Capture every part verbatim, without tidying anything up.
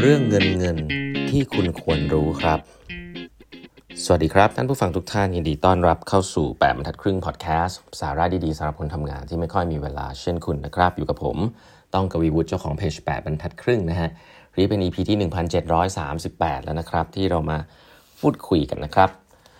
รื่องเงินเงินที่คุณควรรู้ครับสวัสดีครับท่านผู้ฟังทุกท่านยินดีต้อนรับเข้าสู่แปดบรรทัดครึ่งพอดแคสต์สาระดีๆสำหรับคนทำงานที่ไม่ค่อยมีเวลาเช่นคุณนะครับอยู่กับผมต้องกวีวุฒิเจ้าของเพจแปดบรรทัดครึ่งนะฮะนี่เป็น อี พี ที่หนึ่งพันเจ็ดร้อยสามสิบแปดแล้วนะครับที่เรามาพูดคุยกันนะครับ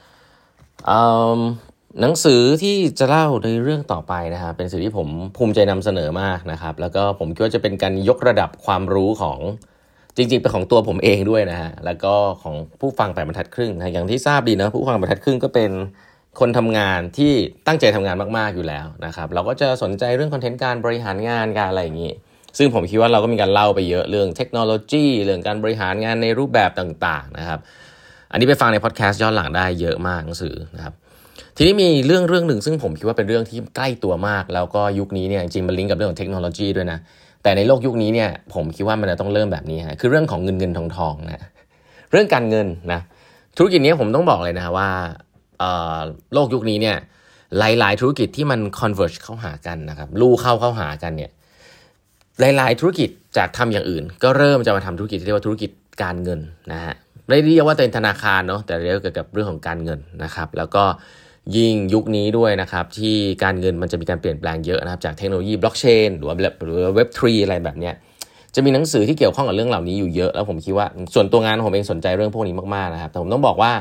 หนังสือที่จะเล่าในเรื่องต่อไปนะฮะเป็นสื่อที่ผมภูมิใจนำเสนอมากนะครับแล้วก็ผมคิดว่าจะเป็นการยกระดับความรู้ของจริงๆเป็นของตัวผมเองด้วยนะฮะแล้วก็ของผู้ฟังแปดบรรทัดครึ่งนะอย่างที่ทราบดีนะผู้ฟังแปดบรรทัดครึ่งก็เป็นคนทำงานที่ตั้งใจทำงานมากๆอยู่แล้วนะครับเราก็จะสนใจเรื่องคอนเทนต์การบริหารงานการอะไรอย่างนี้ซึ่งผมคิดว่าเราก็มีการเล่าไปเยอะเรื่องเทคโนโลยีเรื่องการบริหารงานในรูปแบบต่างๆนะครับอันนี้ไปฟังในพอดแคสต์ย้อนหลังได้เยอะมากหนังสือนะครับทีนี้มีเรื่องเรื่องหนึ่งซึ่งผมคิดว่าเป็นเรื่องที่ใกล้ตัวมากแล้วก็ยุคนี้เนี่ยจริงๆมันลิงก์กับเรื่องของเทคโนโลยีด้วยนะแต่ในโลกยุคนี้เนี่ยผมคิดว่ามันจะต้องเริ่มแบบนี้ฮะคือเรื่องของเงินเงินทองทองนะเรื่องการเงินนะธุรกิจนี้ผมต้องบอกเลยนะว่าเอ่อโลกยุคนี้เนี่ยหลายๆธุรกิจที่มัน converge เข้าหากันนะครับลู่เข้าเข้าหากันเนี่ยหลายๆธุรกิจจากทำอย่างอื่นก็เริ่มจะมาทำธุรกิจที่เรียกว่าธุรกิจการเงินนะฮะไม่ได้เรียกว่าเป็นธนาคารเนาะแต่เรียกเกี่ยวกับเรื่องของการเงินนะครับแล้วก็ยิ่งยุคนี้ด้วยนะครับที่การเงินมันจะมีการเปลี่ยนแปลงเยอะนะครับจากเทคโนโลยีบล็อกเชนหรือว่าหรือเว็บทรีอะไรแบบเนี้ยจะมีหนังสือที่เกี่ยวข้องกับเรื่องเหล่านี้อยู่เยอะแล้วผมคิดว่าส่วนตัวงานผมเองสนใจเรื่องพวกนี้มากๆนะครับแต่ผมต้องบอกว่า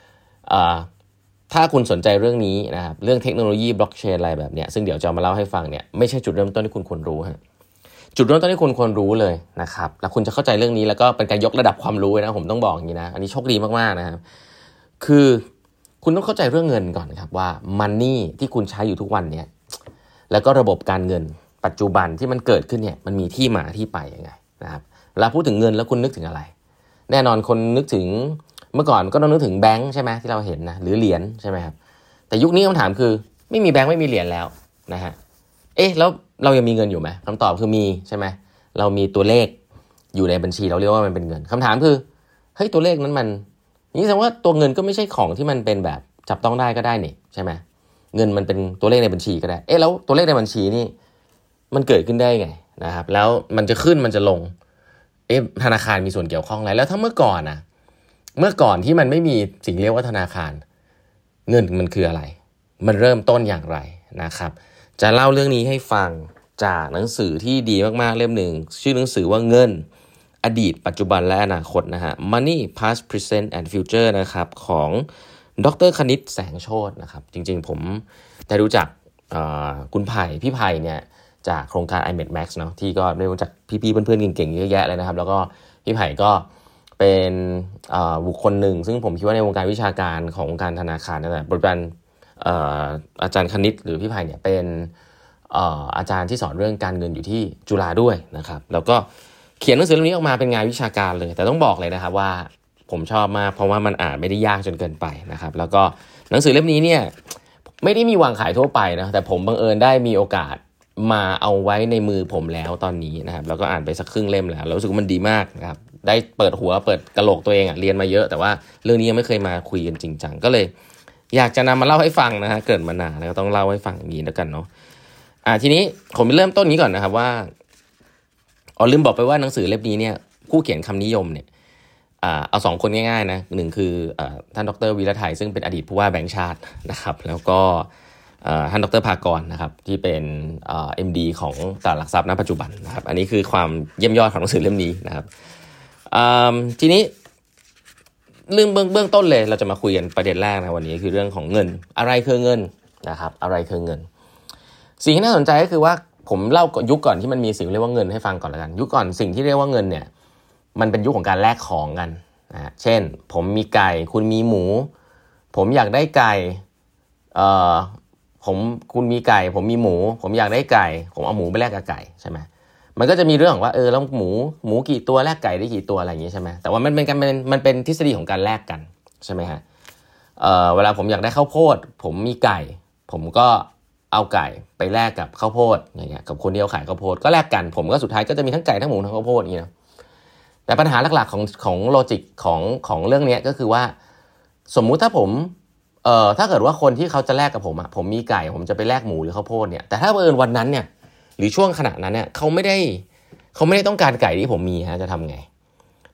ถ้าคุณสนใจเรื่องนี้นะครับเรื่องเทคโนโลยีบล็อกเชนอะไรแบบเนี้ยซึ่งเดี๋ยวจะมาเล่าให้ฟังเนี่ยไม่ใช่จุดเริ่มต้นที่คุณควรรู้ฮะจุดเริ่มต้นที่คุณควรรู้เลยนะครับแล้วคุณจะเข้าใจเรื่องนี้แล้วก็เป็นการยกระดับความรู้นะผมต้องบอกอย่างนี้นะอันนี้โชคดีมากๆนะครับคือคุณต้องเข้าใจเรื่องเงินก่อนครับว่า money ที่คุณใช้อยู่ทุกวันเนี่ยแล้วก็ระบบการเงินปัจจุบันที่มันเกิดขึ้นเนี่ยมันมีที่มาที่ไปยังไงนะครับเวลาพูดถึงเงินแล้วคุณนึกถึงอะไรแน่นอนคนนึกถึงเมื่อก่อนก็ต้องนึกถึงแบงค์ใช่ไหมที่เราเห็นนะหรือเหรียญใช่ไหมครับแต่ยุคนี้คำถามคือไม่มีแบงค์ไม่มีเหรียญแล้วนะฮะเอ๊ะแล้วเรายังมีเงินอยู่ไหมคำตอบคือมีใช่ไหมเรามีตัวเลขอยู่ในบัญชีเราเรียกว่ามันเป็นเงินคำถามคือเฮ้ยตัวเลขนั้นมันนี่แสดงว่าตัวเงินก็ไม่ใช่ของที่มันเป็นแบบจับต้องได้ก็ได้นี่ใช่ไหมเงินมันเป็นตัวเลขในบัญชีก็ได้เอ๊ะแล้วตัวเลขในบัญชีนี่มันเกิดขึ้นได้ไงนะครับแล้วมันจะขึ้นมันจะลงเอ๊ะธนาคารมีส่วนเกี่ยวข้องอะไรแล้วถ้าเมื่อก่อนนะเมื่อก่อนที่มันไม่มีสิ่งเรียกว่าธนาคารเงินมันคืออะไรมันเริ่มต้นอย่างไรนะครับจะเล่าเรื่องนี้ให้ฟังจากหนังสือที่ดีมากๆเล่มหนึ่งชื่อหนังสือว่าเงินอดีตปัจจุบันและอนาคตนะฮะ Money Past Present and Future นะครับของดร.คณิตแสงโชตินะครับจริงๆผมได้รู้จักคุณไผ่พี่ไผ่เนี่ยจากโครงการ ไอ เอ็ม อี ดี Max เนาะที่ก็ได้รู้จักพี่ๆเพื่อนๆเก่งๆเยอะแยะเลยนะครับแล้วก็พี่ไผ่ก็เป็นบุคคลหนึ่งซึ่งผมคิดว่าในวงการวิชาการของวงการธนาคารนั่นแหละปัจจุบันอาจารย์คณิตหรือพี่ไผ่เนี่ยเป็นอาจารย์ที่สอนเรื่องการเงินอยู่ที่จุฬาด้วยนะครับแล้วก็เขียนหนังสือเล่มนี้ออกมาเป็นงานวิชาการเลยแต่ต้องบอกเลยนะครับว่าผมชอบมากเพราะว่ามันอ่านไม่ได้ยากจนเกินไปนะครับแล้วก็หนังสือเล่มนี้เนี่ยไม่ได้มีวางขายทั่วไปนะแต่ผมบังเอิญได้มีโอกาสมาเอาไว้ในมือผมแล้วตอนนี้นะครับแล้วก็อ่านไปสักครึ่งเล่มแล้วแล้วรู้สึกว่ามันดีมากนะครับได้เปิดหัวเปิดกะโหลกตัวเองอ่ะเรียนมาเยอะแต่ว่าเรื่องนี้ยังไม่เคยมาคุยกันจริงจังก็เลยอยากจะนำมาเล่าให้ฟังนะฮะเกิดมานานแล้วก็ต้องเล่าให้ฟังอย่างนี้แล้วกันเนาะอ่าทีนี้ผมไปเริ่มต้นนี้ก่อนนะครับว่าอ๋อลืมบอกไปว่าหนังสือเล่มนี้เนี่ยผู้เขียนคำนิยมเนี่ยอ่าเอาสองคนง่ายๆนะหนึ่งคืออ่าท่านดร.วีระไทยซึ่งเป็นอดีตผู้ว่าแบงก์ชาตินะครับแล้วก็ท่านดร.ภากรนะครับที่เป็นเอ็มดีของตลาดหลักทรัพย์ณปัจจุบันนะครับอันนี้คือความเยี่ยมยอดของหนังสือเล่มนี้นะครับทีนี้เรื่องเบื้องเบื้องต้นเลยเราจะมาคุยกันประเด็นแรกนะวันนี้คือเรื่องของเงินอะไรคือเงินนะครับอะไรคือเงินสิ่งที่น่าสนใจก็คือว่าผมเล่ายุคก่อนที่มันมีสิ่งเรียกว่าเงินให้ฟังก่อนแล้วกันยุคก่อนสิ่งที่เรียกว่าเงินเนี่ยมันเป็นยุคของการแลกของกันนะเช่นผมมีไก่คุณมีหมูผมอยากได้ไก่เอ่อผมคุณมีไก่ผมมีหมูผมอยากได้ไก่ผมเอาหมูไปแลกกับไก่ใช่ไหมมันก็จะมีเรื่องว่าเออแล้วหมูหมูกี่ตัวแลกไก่ได้กี่ตัวอะไรอย่างงี้ใช่ไหมแต่ว่ามันเป็นการเป็นมันเป็นทฤษฎีของการแลกกันใช่ไหมฮะเอ่อเวลาผมอยากได้ข้าวโพดผมมีไก่ผมก็เอาไก่ไปแลกกับข้าวโพดอย่างเงี้ยกับคนที่เขาขายข้าวโพดก็แลกกันผมก็สุดท้ายก็จะมีทั้งไก่ทั้งหมูทั้งข้าวโพดอย่างเงี้ยแต่ปัญหาหลักๆของของโลจิกของของเรื่องนี้ก็คือว่าสมมุติถ้าผมเอ่อถ้าเกิดว่าคนที่เขาจะแลกกับผมอ่ะผมมีไก่ผมจะไปแลกหมูหรือข้าวโพดเนี่ยแต่ถ้าบังเอิญวันนั้นเนี่ยหรือช่วงขณะนั้นเนี่ยเขาไม่ได้เขาไม่ได้ต้องการไก่ที่ผมมีฮะจะทำไง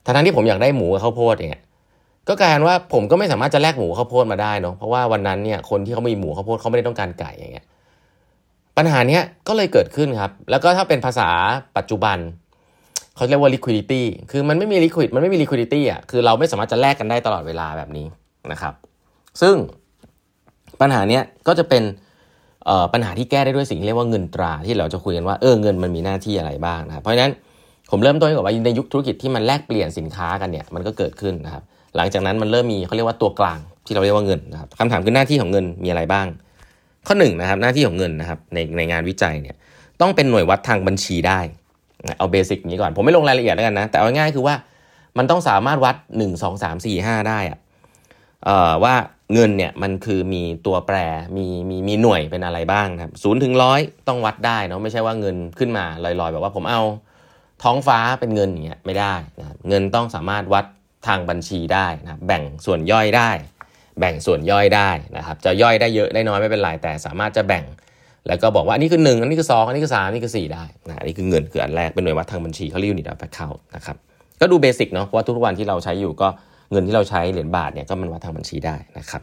ทั้งที่ผมอยากได้หมูกับข้าวโพดเนี่ยก็กลายเป็นว่าผมก็ไม่สามารถจะแลกหมูข้าวโพดมาได้เนาะเพราะว่าวันนั้นเนี่ยคนที่เขามีหมูข้าวโพดเขาไม่ได้ต้องการไก่อย่างเงี้ยปัญหาเนี้ยก็เลยเกิดขึ้นครับแล้วก็ถ้าเป็นภาษาปัจจุบันเขาเรียกว่า liquidity คือมันไม่มี liquid มันไม่มี liquidity อ่ะคือเราไม่สามารถจะแลกกันได้ตลอดเวลาแบบนี้นะครับซึ่งปัญหาเนี้ยก็จะเป็นเอ่อปัญหาที่แก้ได้ด้วยสิ่งที่เรียกว่าเงินตราที่เราจะคุยกันว่าเออเงินมันมีหน้าที่อะไรบ้างนะครับเพราะฉะนั้นผมเริ่มต้นก่อนว่าในยุคธุรกิจที่มันแลกเปลี่ยนสินค้ากันเนี่ยมันก็เกิดขึ้นนะครับหลังจากนั้นมันเริ่มมีเขาเรียกว่าตัวกลางที่เราเรียกว่าเงินนะครับคำถามคือหน้าที่ของเงินมีอะไรบ้างข้อหนึ่งนะครับหน้าที่ของเงินนะครับในในงานวิจัยเนี่ยต้องเป็นหน่วยวัดทางบัญชีได้เอาเบสิกนี้ก่อนผมไม่ลงรายละเอียดแล้วกันนะแต่เอาง่ายๆคือว่ามันต้องสามารถวัดหนึ่ง สอง สาม สี่ ห้าได้อะเอ่อว่าเงินเนี่ยมันคือมีตัวแปรมีมีมีหน่วยเป็นอะไรบ้างครับศูนย์ถึงร้อยต้องวัดได้เนาะไม่ใช่ว่าเงินขึ้นมาลอยๆแบบว่าผมเอาท้องฟ้าเป็นเงินอย่างเงี้ยไม่ได้นะครับเงินต้องสามารถวัดทางบัญชีได้นะครับแบ่งส่วนย่อยได้แบ่งส่วนย่อยได้นะครับจะย่อยได้เยอะได้น้อยไม่เป็นไรแต่สามารถจะแบ่งแล้วก็บอกว่าอันนี้คือหนึ่งอันนี้คือสองอันนี้คือสามอันนี้คือสี่ได้นะอันนี้คือเงินคืออันแรกเป็นหน่วยวัดทางบัญชีเขาเรียก unit of account นะครับก็ดูเบสิกเนาะเพราะว่าทุกวันที่เราใช้อยู่ก็เงินที่เราใช้เหรียญบาทเนี่ยก็มันวัดทางบัญชีได้นะครับ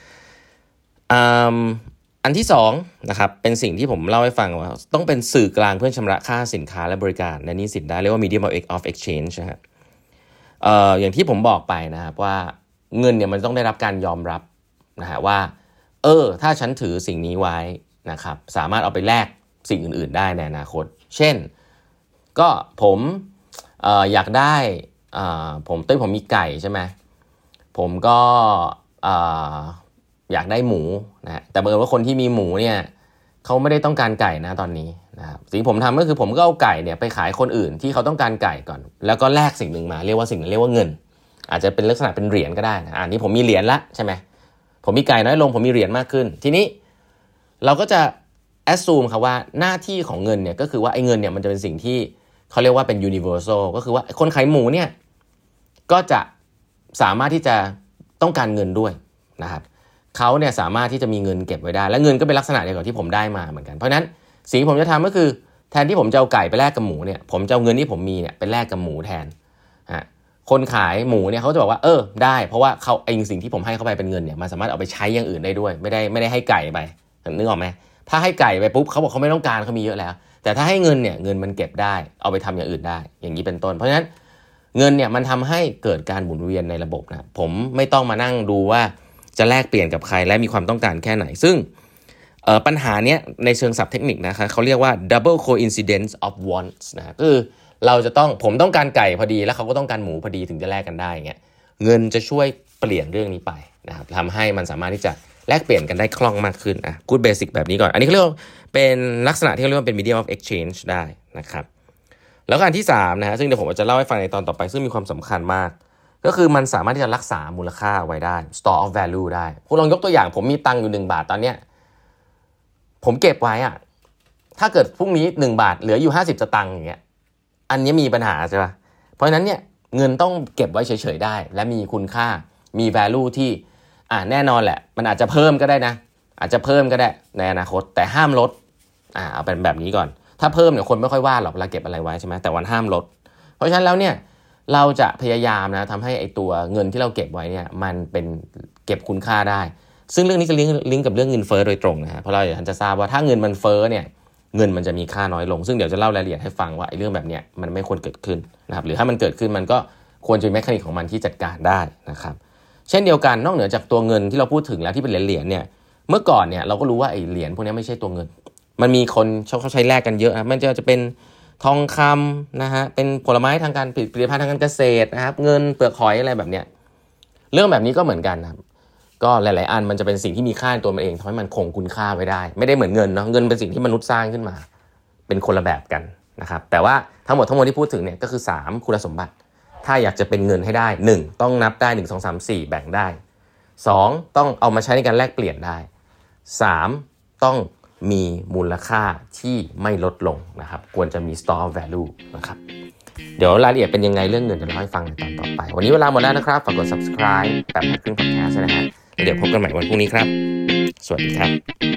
อันที่สองนะครับเป็นสิ่งที่ผมเล่าให้ฟังว่าต้องเป็นสื่อกลางเพื่อชำระค่าสินค้าและบริการและหนี้สินได้เรียกว่า medium of exchange นะฮะเอ่ออย่างที่ผมบอกไปนะครับว่าเงินเนี่ยมันต้องได้รับการยอมรับนะฮะว่าเออถ้าฉันถือสิ่งนี้ไว้นะครับสามารถเอาไปแลกสิ่งอื่นๆได้ในอนาคตเช่นก็ผมเอ่ออยากได้อ่าผมต้ยผมมีไก่ใช่ไหมผมก็อ่าอยากได้หมูนะแต่บังเอิญว่าคนที่มีหมูเนี่ยเขาไม่ได้ต้องการไก่นะตอนนี้นะครับสิ่งผมทำก็คือผมก็เอาไก่เนี่ยไปขายคนอื่นที่เขาต้องการไก่ก่อนแล้วก็แลกสิ่งหนึ่งมาเรียกว่าสิ่งนั้นเรียกว่าเงินอาจจะเป็นลักษณะเป็นเหรียญก็ได้นะอันนี้ผมมีเหรียญละใช่ไหมผมมีไก่น้อยลงผมมีเหรียญมากขึ้นทีนี้เราก็จะแอสซูมครับว่าหน้าที่ของเงินเนี่ยก็คือว่าไอ้เงินเนี่ยมันจะเป็นสิ่งที่เขาเรียกว่าเป็น universal ก็คือว่าคนขายหมูเนี่ยก็จะสามารถที่จะต้องการเงินด้วยนะครับเขาเนี่ยสามารถที่จะมีเงินเก็บไว้ได้และเงินก็เป็นลักษณะเดียวกับที่ผมได้มาเหมือนกันเพราะฉะนั้นสิ่งที่ผมจะทำก็คือแทนที่ผมจะเอาไก่ไปแลกกับหมูเนี่ยผมจะเอาเงินที่ผมมีเนี่ยไปแลกกับหมูแทนฮะคนขายหมูเนี่ยเขาจะบอกว่าเออได้เพราะว่าเขาไอ้สิ่งที่ผมให้เขาไปเป็นเงินเนี่ยมันสามารถเอาไปใช้อย่างอื่นได้ด้วยไม่ได้ไม่ได้ให้ไก่ไปนึกออกไหมถ้าให้ไก่ไปปุ๊บเขาบอกเขาไม่ต้องการเขามีเยอะแล้วแต่ถ้าให้เงินเนี่ยเงินมันเก็บได้เอาไปทำอย่างอื่นได้อย่างนี้เป็นต้นเพราะฉะนั้นเงินเนี่ยมันทำให้เกิดการหมุนเวียนในระบบนะผมไม่ต้องมานั่งดูว่าจะแลกเปลี่ยนกับใครและมีความต้องการแค่ไหนซึ่งปัญหาเนี้ยในเชิงศัพท์เทคนิคนะคะเขาเรียกว่า double coincidence of wants นะคือเราจะต้องผมต้องการไก่พอดีแล้วเขาก็ต้องการหมูพอดีถึงจะแลกกันได้เงี้ยเงินจะช่วยเปลี่ยนเรื่องนี้ไปนะครับทำให้มันสามารถที่จะแลกเปลี่ยนกันได้คล่องมากขึ้นอ่ะพูดเบสิกแบบนี้ก่อนอันนี้เขาเรียกว่าเป็นลักษณะที่เขาเรียกว่าเป็น medium of exchange ได้นะครับแล้วก็อันที่สามนะฮะซึ่งเดี๋ยวผมจะเล่าให้ฟังในตอนต่อไปซึ่งมีความสำคัญมากก็คือมันสามารถที่จะรักษามูลค่าไว้ได้ store of value ได้พวกลองยกตัวอย่างผมมีตังค์อยู่หนึ่งบาทตอนเนี้ยผมเก็บไว้อ่ะถ้าเกิดพรุ่งนี้หนึ่งบาทเหลืออยู่ห้าสิบสตางค์อย่างเงี้ยอันนี้มีปัญหาใช่ป่ะเพราะฉะนั้นเนี่ยเงินต้องเก็บไว้เฉยๆได้และมีคุณค่ามี value ที่อ่าแน่นอนแหละมันอาจจะเพิ่มก็ได้นะอาจจะเพิ่มก็ได้ในอนาคตแต่ห้ามลดอ่าเอาเป็นแบบนี้ก่อนถ้าเพิ่มเนี่ยคนไม่ค่อยว่าหรอกเวลาเก็บอะไรไว้ใช่ไหมแต่วันห้ามลดเพราะฉะนั้นแล้วเนี่ยเราจะพยายามนะทำให้ไอตัวเงินที่เราเก็บไว้เนี่ยมันเป็นเก็บคุณค่าได้ซึ่งเรื่องนี้จะลิงก์ลิงก์กับเรื่องเงินเฟ้อโดยตรงนะฮะเพราะเราอยากจะทราบว่าถ้าเงินมันเฟ้อเนี่ยเงินมันจะมีค่าน้อยลงซึ่งเดี๋ยวจะเล่ารายละเอียดให้ฟังว่าไอ้เรื่องแบบเนี้ยมันไม่ควรเกิดขึ้นนะครับหรือถ้ามันเกิดขึ้นมันก็ควรจะมีแมคานิกของมันที่จัดการได้นะครับเช่นเดียวกันนอกเหนือจากตัวเงินที่เราพูดถึงแล้วที่เป็นเหรียญเนี่ยเมื่อก่อนเนี่ยเราก็รู้ว่าไอ้เหรียญพวกนี้ไม่ใช่ตัวเงินมันมีคนเขาใช้แลกกันเยอะนะมันจะจะเป็นทองคำนะฮะเป็นผลไม้ทางการผลิตภัณฑ์ทางการเกษตรนะครับเงินเปลือกหอยอะไรแบบเนี้ยเรื่องแบบนี้ก็เหมือนกันนะครับก็หลายๆอันมันจะเป็นสิ่งที่มีค่าในตัวมันเองทำให้มันคงคุณค่าไว้ได้ไม่ได้เหมือนเงินเนาะเงินเป็นสิ่งที่มนุษย์สร้างขึ้นมาเป็นคนละแบบกันนะครับแต่ว่าทั้งหมดทั้งมวลที่พูดถึงเนี่ยก็คือสามคุณสมบัติถ้าอยากจะเป็นเงินให้ได้หนึ่งต้องนับได้หนึ่ง สอง สาม สี่แบ่งได้สองต้องเอามาใช้ในการแลกเปลี่ยนได้สามต้องมีมูลค่าที่ไม่ลดลงนะครับควรจะมี store value นะครับเดี๋ยวรายละเอียดเป็นยังไงเรื่องเงินจะเล่าให้ฟังในตอนต่อไปวันนี้เวลาหมดแล้วนะครับฝากกด subscribe แบบแพ็คครึ่ง podcast นะฮะแล้วเดี๋ยวพบกันใหม่วันพรุ่งนี้ครับสวัสดีครับ